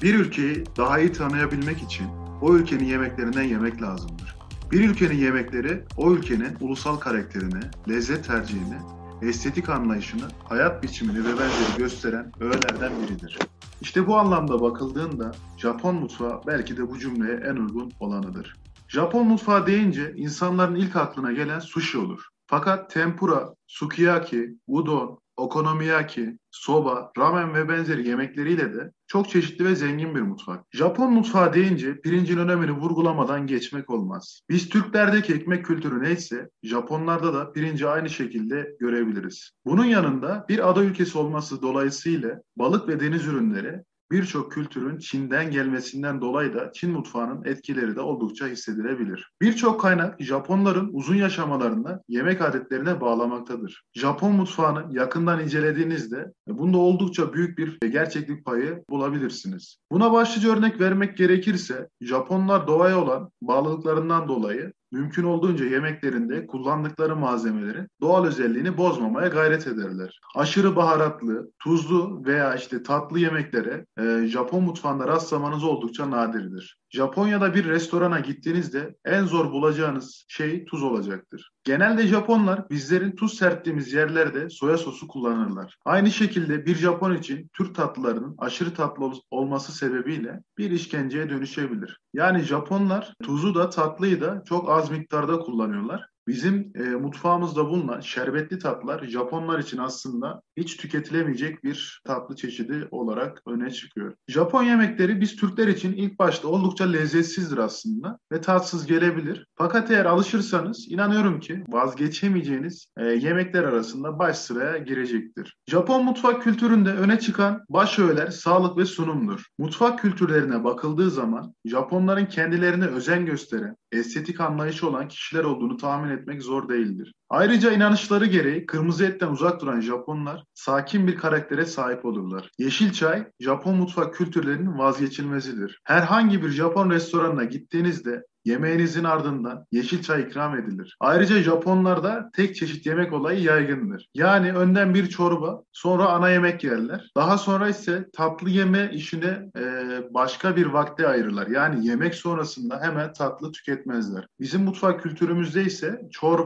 Bir ülkeyi daha iyi tanıyabilmek için o ülkenin yemeklerinden yemek lazımdır. Bir ülkenin yemekleri o ülkenin ulusal karakterini, lezzet tercihini, estetik anlayışını, hayat biçimini ve benzeri gösteren öğelerden biridir. İşte bu anlamda bakıldığında Japon mutfağı belki de bu cümleye en uygun olanıdır. Japon mutfağı deyince insanların ilk aklına gelen sushi olur. Fakat tempura, sukiyaki, udon, okonomiyaki, soba, ramen ve benzeri yemekleriyle de çok çeşitli ve zengin bir mutfak. Japon mutfağı deyince pirincin önemini vurgulamadan geçmek olmaz. Biz Türklerdeki ekmek kültürü neyse Japonlarda da pirinci aynı şekilde görebiliriz. Bunun yanında bir ada ülkesi olması dolayısıyla balık ve deniz ürünleri birçok kültürün Çin'den gelmesinden dolayı da Çin mutfağının etkileri de oldukça hissedilebilir. Birçok kaynak Japonların uzun yaşamalarını yemek adetlerine bağlamaktadır. Japon mutfağını yakından incelediğinizde bunda oldukça büyük bir gerçeklik payı bulabilirsiniz. Buna başlıca örnek vermek gerekirse Japonlar doğaya olan bağlılıklarından dolayı mümkün olduğunca yemeklerinde kullandıkları malzemelerin doğal özelliğini bozmamaya gayret ederler. Aşırı baharatlı, tuzlu veya tatlı yemeklere Japon mutfağında rastlamanız oldukça nadirdir. Japonya'da bir restorana gittiğinizde en zor bulacağınız şey tuz olacaktır. Genelde Japonlar bizlerin tuz serptiğimiz yerlerde soya sosu kullanırlar. Aynı şekilde bir Japon için Türk tatlılarının aşırı tatlı olması sebebiyle bir işkenceye dönüşebilir. Yani Japonlar tuzu da tatlıyı da çok az miktarda kullanıyorlar. Bizim mutfağımızda bulunan şerbetli tatlılar Japonlar için aslında hiç tüketilemeyecek bir tatlı çeşidi olarak öne çıkıyor. Japon yemekleri biz Türkler için ilk başta oldukça lezzetsizdir aslında ve tatsız gelebilir. Fakat eğer alışırsanız inanıyorum ki vazgeçemeyeceğiniz yemekler arasında baş sıraya girecektir. Japon mutfak kültüründe öne çıkan baş öğeler sağlık ve sunumdur. Mutfak kültürlerine bakıldığı zaman Japonların kendilerine özen gösteren, estetik anlayışı olan kişiler olduğunu tahmin etmek zor değildir. Ayrıca inanışları gereği kırmızı etten uzak duran Japonlar sakin bir karaktere sahip olurlar. Yeşil çay Japon mutfak kültürlerinin vazgeçilmezidir. Herhangi bir Japon restoranına gittiğinizde yemeğinizin ardından yeşil çay ikram edilir. Ayrıca Japonlarda tek çeşit yemek olayı yaygındır. Yani önden bir çorba, sonra ana yemek yerler. Daha sonra ise tatlı yeme işine başka bir vakte ayırırlar. Yani yemek sonrasında hemen tatlı tüketmezler. Bizim mutfak kültürümüzde ise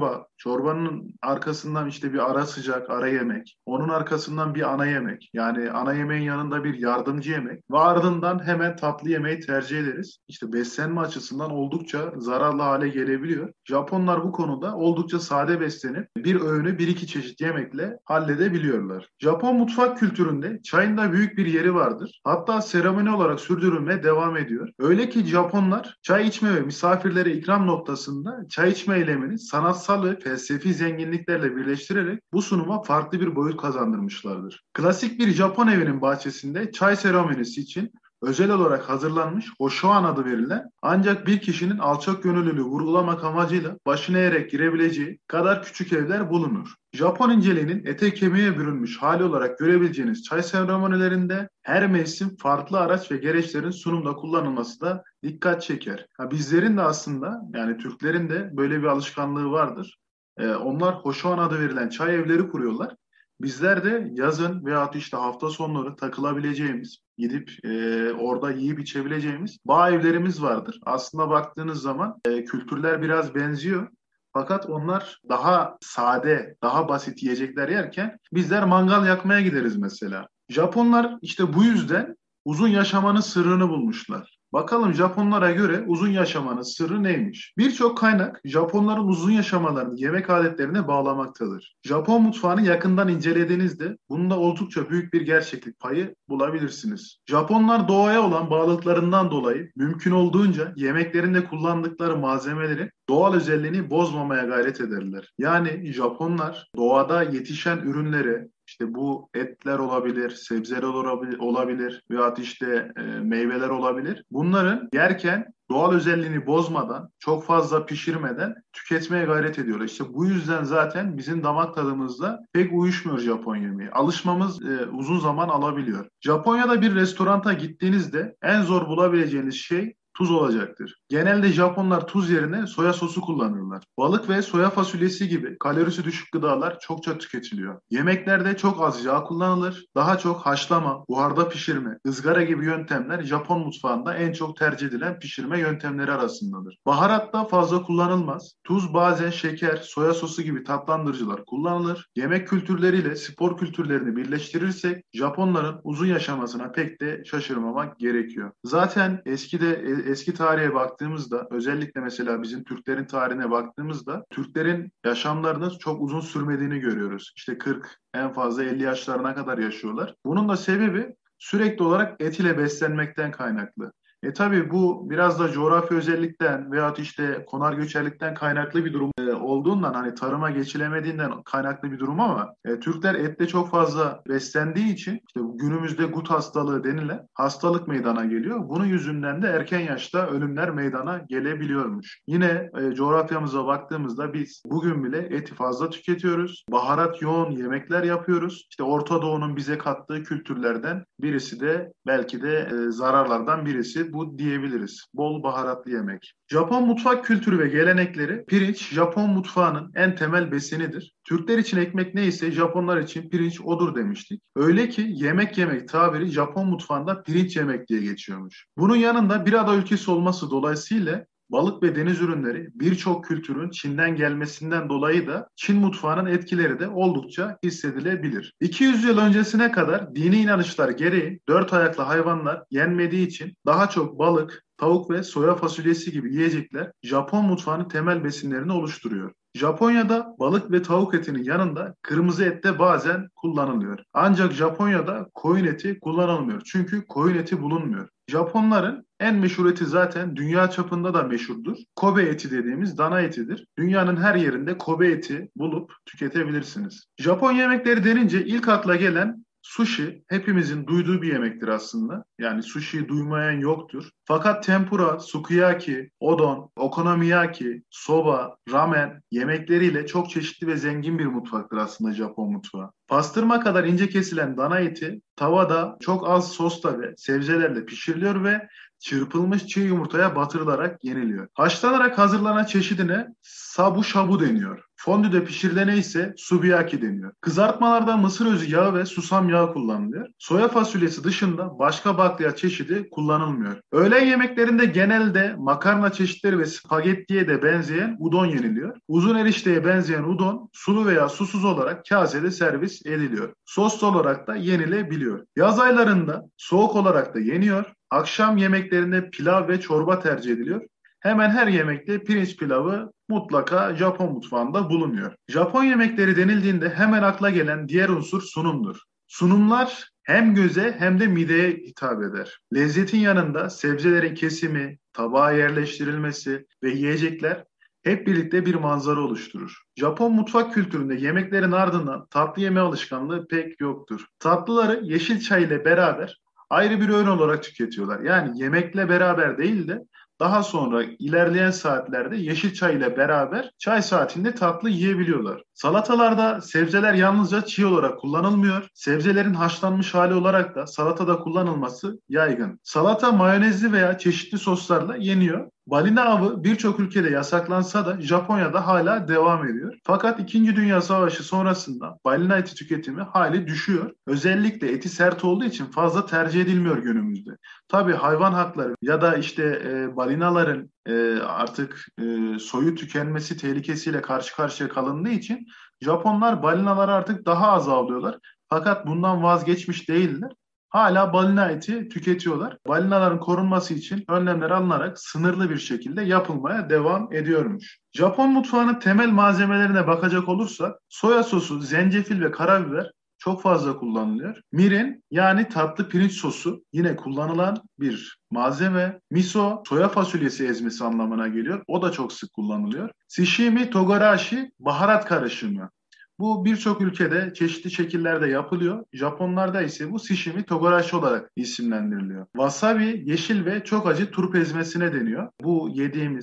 çorbanın arkasından bir ara sıcak, ara yemek, onun arkasından bir ana yemek. Yani ana yemeğin yanında bir yardımcı yemek ve ardından hemen tatlı yemeği tercih ederiz. Beslenme açısından oldukça zararlı hale gelebiliyor. Japonlar bu konuda oldukça sade beslenip bir öğünü bir iki çeşit yemekle halledebiliyorlar. Japon mutfak kültüründe çayın da büyük bir yeri vardır. Hatta seremoni olarak sürdürülmeye devam ediyor. Öyle ki Japonlar çay içme ve misafirlere ikram noktasında çay içme eylemini sanatsal ve felsefi zenginliklerle birleştirerek bu sunuma farklı bir boyut kazandırmışlardır. Klasik bir Japon evinin bahçesinde çay seremonisi için özel olarak hazırlanmış Hoshoan adı verilen ancak bir kişinin alçak gönüllülüğü vurgulamak amacıyla başına eğerek girebileceği kadar küçük evler bulunur. Japon inceliğinin ete kemiğe bürünmüş hali olarak görebileceğiniz çay seremonilerinde her mevsim farklı araç ve gereçlerin sunumda kullanılması da dikkat çeker. Bizlerin de aslında yani Türklerin de böyle bir alışkanlığı vardır. Onlar Hoshoan adı verilen çay evleri kuruyorlar. Bizler de yazın veyahut hafta sonları takılabileceğimiz, gidip orada yiyip içebileceğimiz bağ evlerimiz vardır. Aslında baktığınız zaman kültürler biraz benziyor. Fakat onlar daha sade, daha basit yiyecekler yerken bizler mangal yakmaya gideriz mesela. Japonlar bu yüzden uzun yaşamanın sırrını bulmuşlar. Bakalım Japonlara göre uzun yaşamanın sırrı neymiş? Birçok kaynak Japonların uzun yaşamalarını yemek adetlerine bağlamaktadır. Japon mutfağını yakından incelediğinizde bunda oldukça büyük bir gerçeklik payı bulabilirsiniz. Japonlar doğaya olan bağlılıklarından dolayı mümkün olduğunca yemeklerinde kullandıkları malzemeleri doğal özelliğini bozmamaya gayret ederler. Yani Japonlar doğada yetişen ürünleri bu etler olabilir, sebzeler olabilir veyahut meyveler olabilir. Bunların yerken doğal özelliğini bozmadan, çok fazla pişirmeden tüketmeye gayret ediyorlar. Bu yüzden zaten bizim damak tadımızla pek uyuşmuyor Japon yemeği. Alışmamız uzun zaman alabiliyor. Japonya'da bir restoranta gittiğinizde en zor bulabileceğiniz şey tuz olacaktır. Genelde Japonlar tuz yerine soya sosu kullanırlar. Balık ve soya fasulyesi gibi kalorisi düşük gıdalar çokça tüketiliyor. Yemeklerde çok az yağ kullanılır. Daha çok haşlama, buharda pişirme, ızgara gibi yöntemler Japon mutfağında en çok tercih edilen pişirme yöntemleri arasındadır. Baharat da fazla kullanılmaz. Tuz, bazen şeker, soya sosu gibi tatlandırıcılar kullanılır. Yemek kültürleriyle spor kültürlerini birleştirirsek Japonların uzun yaşamasına pek de şaşırmamak gerekiyor. Zaten eski tarihe baktığımızda, özellikle mesela bizim Türklerin tarihine baktığımızda Türklerin yaşamlarının çok uzun sürmediğini görüyoruz. İşte 40, en fazla 50 yaşlarına kadar yaşıyorlar. Bunun da sebebi sürekli olarak et ile beslenmekten kaynaklı. Tabii bu biraz da coğrafi özellikten veyahut işte konar göçerlikten kaynaklı bir durum olduğundan, hani tarıma geçilemediğinden kaynaklı bir durum, ama Türkler etle çok fazla beslendiği için işte günümüzde gut hastalığı denilen hastalık meydana geliyor. Bunun yüzünden de erken yaşta ölümler meydana gelebiliyormuş. Yine coğrafyamıza baktığımızda biz bugün bile eti fazla tüketiyoruz. Baharat yoğun yemekler yapıyoruz. İşte Orta Doğu'nun bize kattığı kültürlerden birisi de belki de zararlardan birisi bu diyebiliriz. Bol baharatlı yemek. Japon mutfak kültürü ve gelenekleri, pirinç Japon mutfağının en temel besinidir. Türkler için ekmek neyse Japonlar için pirinç odur demiştik. Öyle ki yemek yemek tabiri Japon mutfağında pirinç yemek diye geçiyormuş. Bunun yanında bir ada ülkesi olması dolayısıyla balık ve deniz ürünleri birçok kültürün Çin'den gelmesinden dolayı da Çin mutfağının etkileri de oldukça hissedilebilir. 200 yıl öncesine kadar dini inanışlar gereği dört ayaklı hayvanlar yenmediği için daha çok balık, tavuk ve soya fasulyesi gibi yiyecekler Japon mutfağının temel besinlerini oluşturuyor. Japonya'da balık ve tavuk etinin yanında kırmızı et de bazen kullanılıyor. Ancak Japonya'da koyun eti kullanılmıyor. Çünkü koyun eti bulunmuyor. Japonların en meşhur eti zaten dünya çapında da meşhurdur. Kobe eti dediğimiz dana etidir. Dünyanın her yerinde Kobe eti bulup tüketebilirsiniz. Japon yemekleri denince ilk akla gelen sushi, hepimizin duyduğu bir yemektir aslında. Yani sushi'yi duymayan yoktur. Fakat tempura, sukiyaki, udon, okonomiyaki, soba, ramen yemekleriyle çok çeşitli ve zengin bir mutfaktır aslında Japon mutfağı. Pastırma kadar ince kesilen dana eti tavada çok az sosla ve sebzelerle pişiriliyor ve çırpılmış çiğ yumurtaya batırılarak yeniliyor. Haşlanarak hazırlanan çeşidine sabu şabu deniyor. Fondüde pişirilene ise sukiyaki deniyor. Kızartmalarda mısır özü yağı ve susam yağı kullanılıyor. Soya fasulyesi dışında başka bakliyat çeşidi kullanılmıyor. Öğlen yemeklerinde genelde makarna çeşitleri ve spagettiye de benzeyen udon yeniliyor. Uzun erişteye benzeyen udon sulu veya susuz olarak kasede servis ediliyor. Sos olarak da yenilebiliyor. Yaz aylarında soğuk olarak da yeniyor. Akşam yemeklerinde pilav ve çorba tercih ediliyor. Hemen her yemekte pirinç pilavı mutlaka Japon mutfağında bulunuyor. Japon yemekleri denildiğinde hemen akla gelen diğer unsur sunumdur. Sunumlar hem göze hem de mideye hitap eder. Lezzetin yanında sebzelerin kesimi, tabağa yerleştirilmesi ve yiyecekler hep birlikte bir manzara oluşturur. Japon mutfak kültüründe yemeklerin ardından tatlı yeme alışkanlığı pek yoktur. Tatlıları yeşil çay ile beraber ayrı bir öğün olarak tüketiyorlar. Yani yemekle beraber değil de daha sonra ilerleyen saatlerde yeşil çay ile beraber çay saatinde tatlı yiyebiliyorlar. Salatalarda sebzeler yalnızca çiğ olarak kullanılmıyor. Sebzelerin haşlanmış hali olarak da salatada kullanılması yaygın. Salata mayonezli veya çeşitli soslarla yeniyor. Balina avı birçok ülkede yasaklansa da Japonya'da hala devam ediyor. Fakat İkinci Dünya Savaşı sonrasında balina eti tüketimi hali düşüyor. Özellikle eti sert olduğu için fazla tercih edilmiyor günümüzde. Tabii hayvan hakları ya da işte balinaların artık soyu tükenmesi tehlikesiyle karşı karşıya kalındığı için Japonlar balinaları artık daha az avlıyorlar. Fakat bundan vazgeçmiş değiller. Hala balina eti tüketiyorlar. Balinaların korunması için önlemler alınarak sınırlı bir şekilde yapılmaya devam ediyormuş. Japon mutfağının temel malzemelerine bakacak olursak soya sosu, zencefil ve karabiber çok fazla kullanılıyor. Mirin, yani tatlı pirinç sosu, yine kullanılan bir malzeme. Miso, soya fasulyesi ezmesi anlamına geliyor. O da çok sık kullanılıyor. Sashimi, togarashi, baharat karışımı. Bu birçok ülkede çeşitli şekillerde yapılıyor. Japonlarda ise bu sashimi togarashi olarak isimlendiriliyor. Wasabi, yeşil ve çok acı turp ezmesine deniyor. Bu yediğimiz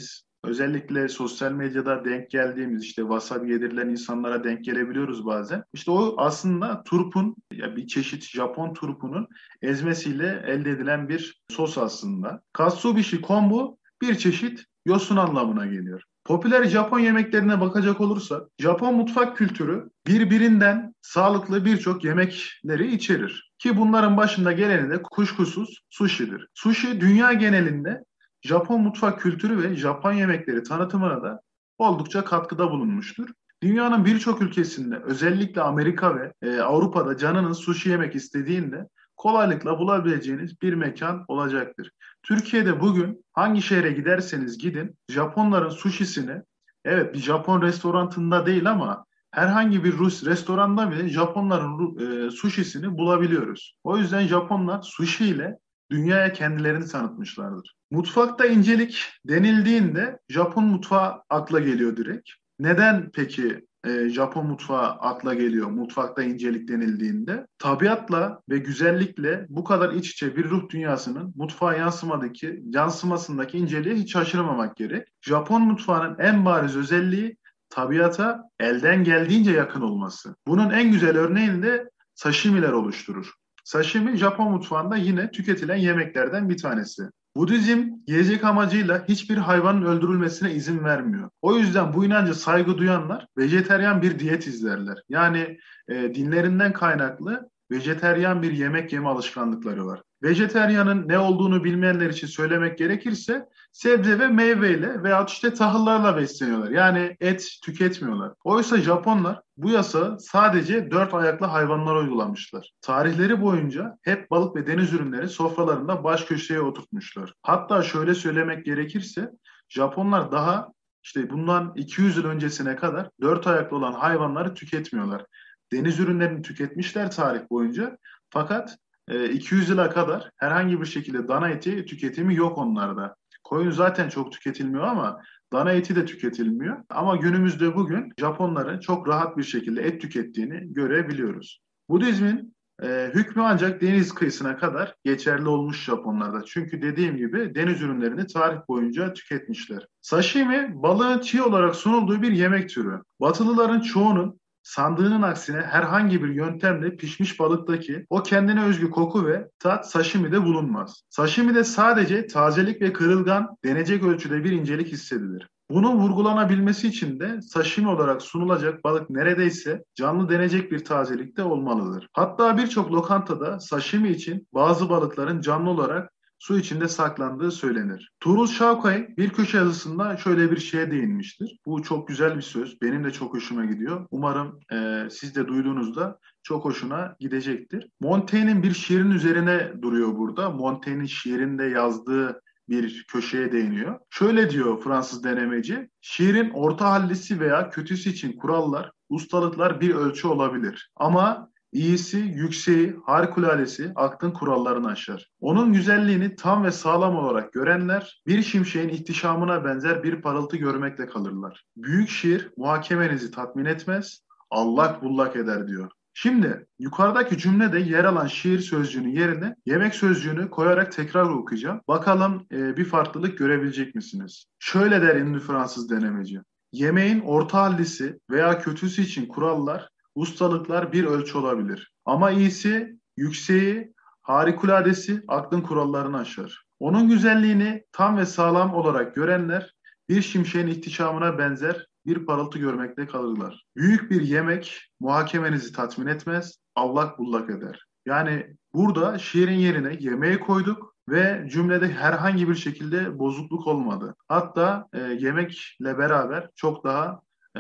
özellikle sosyal medyada denk geldiğimiz işte wasabi yedirilen insanlara denk gelebiliyoruz bazen. İşte o aslında turpun, ya bir çeşit Japon turpunun ezmesiyle elde edilen bir sos aslında. Katsuobushi kombu bir çeşit yosun anlamına geliyor. Popüler Japon yemeklerine bakacak olursak, Japon mutfak kültürü birbirinden sağlıklı birçok yemekleri içerir. Ki bunların başında geleni de kuşkusuz sushi'dir. Sushi dünya genelinde Japon mutfak kültürü ve Japon yemekleri tanıtımına da oldukça katkıda bulunmuştur. Dünyanın birçok ülkesinde, özellikle Amerika ve Avrupa'da canınız sushi yemek istediğinde kolaylıkla bulabileceğiniz bir mekan olacaktır. Türkiye'de bugün hangi şehre giderseniz gidin, Japonların sushisini, evet bir Japon restoranında değil ama herhangi bir Rus restoranda bile Japonların sushisini bulabiliyoruz. O yüzden Japonlar sushi ile dünyaya kendilerini tanıtmışlardır. Mutfakta incelik denildiğinde Japon mutfağı akla geliyor direkt. Neden peki Japon mutfağı akla geliyor mutfakta incelik denildiğinde? Tabiatla ve güzellikle bu kadar iç içe bir ruh dünyasının mutfağa yansımasındaki inceliğe hiç şaşırmamak gerek. Japon mutfağının en bariz özelliği tabiata elden geldiğince yakın olması. Bunun en güzel örneğini de sashimiler oluşturur. Sashimi Japon mutfağında yine tüketilen yemeklerden bir tanesi. Budizm yiyecek amacıyla hiçbir hayvanın öldürülmesine izin vermiyor. O yüzden bu inanca saygı duyanlar vejeteryan bir diyet izlerler. Yani dinlerinden kaynaklı vejeteryan bir yemek yeme alışkanlıkları var. Vejeteryanın ne olduğunu bilmeyenler için söylemek gerekirse sebze ve meyveyle veya işte tahıllarla besleniyorlar. Yani et tüketmiyorlar. Oysa Japonlar bu yasağı sadece dört ayaklı hayvanlara uygulamışlar. Tarihleri boyunca hep balık ve deniz ürünleri sofralarında baş köşeye oturtmuşlar. Hatta şöyle söylemek gerekirse Japonlar daha işte bundan 200 yıl öncesine kadar dört ayaklı olan hayvanları tüketmiyorlar. Deniz ürünlerini tüketmişler tarih boyunca. Fakat 200 yıla kadar herhangi bir şekilde dana eti tüketimi yok onlarda. Koyun zaten çok tüketilmiyor ama dana eti de tüketilmiyor. Ama günümüzde bugün Japonların çok rahat bir şekilde et tükettiğini görebiliyoruz. Budizmin hükmü ancak deniz kıyısına kadar geçerli olmuş Japonlarda. Çünkü dediğim gibi deniz ürünlerini tarih boyunca tüketmişler. Sashimi balığın çiğ olarak sunulduğu bir yemek türü. Batılıların çoğunun sandığının aksine herhangi bir yöntemle pişmiş balıktaki o kendine özgü koku ve tat sashimi'de bulunmaz. Sashimi'de sadece tazelik ve kırılgan denecek ölçüde bir incelik hissedilir. Bunun vurgulanabilmesi için de sashimi olarak sunulacak balık neredeyse canlı denecek bir tazelikte olmalıdır. Hatta birçok lokantada sashimi için bazı balıkların canlı olarak su içinde saklandığı söylenir. Tuğrul Şavkay bir köşe yazısında şöyle bir şeye değinmiştir. Bu çok güzel bir söz. Benim de çok hoşuma gidiyor. Umarım siz de duyduğunuzda çok hoşuna gidecektir. Montaigne'in bir şiirin üzerine duruyor burada. Montaigne'in şiirinde yazdığı bir köşeye değiniyor. Şöyle diyor Fransız denemeci, şiirin orta hallisi veya kötüsü için kurallar, ustalıklar bir ölçü olabilir. Ama İyisi, yükseği, harikuladesi aklın kurallarını aşar. Onun güzelliğini tam ve sağlam olarak görenler, bir şimşeğin ihtişamına benzer bir parıltı görmekle kalırlar. Büyük şiir muhakemenizi tatmin etmez, allak bullak eder diyor. Şimdi yukarıdaki cümlede yer alan şiir sözcüğünün yerine yemek sözcüğünü koyarak tekrar okuyacağım. Bakalım bir farklılık görebilecek misiniz? Şöyle der ünlü Fransız denemeci. Yemeğin orta hallisi veya kötüsü için kurallar, ustalıklar bir ölçü olabilir. Ama iyisi, yükseği, harikuladesi aklın kurallarını aşar. Onun güzelliğini tam ve sağlam olarak görenler bir şimşeğin ihtişamına benzer bir parıltı görmekte kalırlar. Büyük bir yemek muhakemenizi tatmin etmez, allak bullak eder. Yani burada şiirin yerine yemeği koyduk ve cümlede herhangi bir şekilde bozukluk olmadı. Hatta yemekle beraber çok daha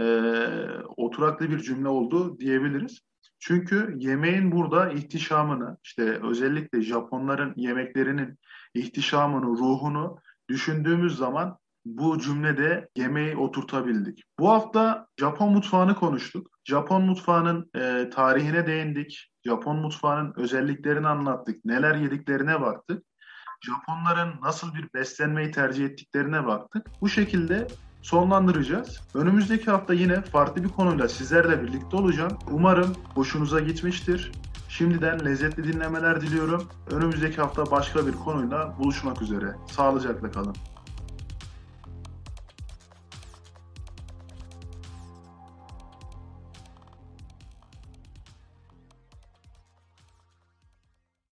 oturaklı bir cümle oldu diyebiliriz. Çünkü yemeğin burada ihtişamını, işte özellikle Japonların yemeklerinin ihtişamını, ruhunu düşündüğümüz zaman bu cümlede yemeği oturtabildik. Bu hafta Japon mutfağını konuştuk. Japon mutfağının tarihine değindik. Japon mutfağının özelliklerini anlattık. Neler yediklerine baktık. Japonların nasıl bir beslenmeyi tercih ettiklerine baktık. Bu şekilde sonlandıracağız. Önümüzdeki hafta yine farklı bir konuyla sizlerle birlikte olacağım. Umarım hoşunuza gitmiştir. Şimdiden lezzetli dinlemeler diliyorum. Önümüzdeki hafta başka bir konuyla buluşmak üzere. Sağlıcakla kalın.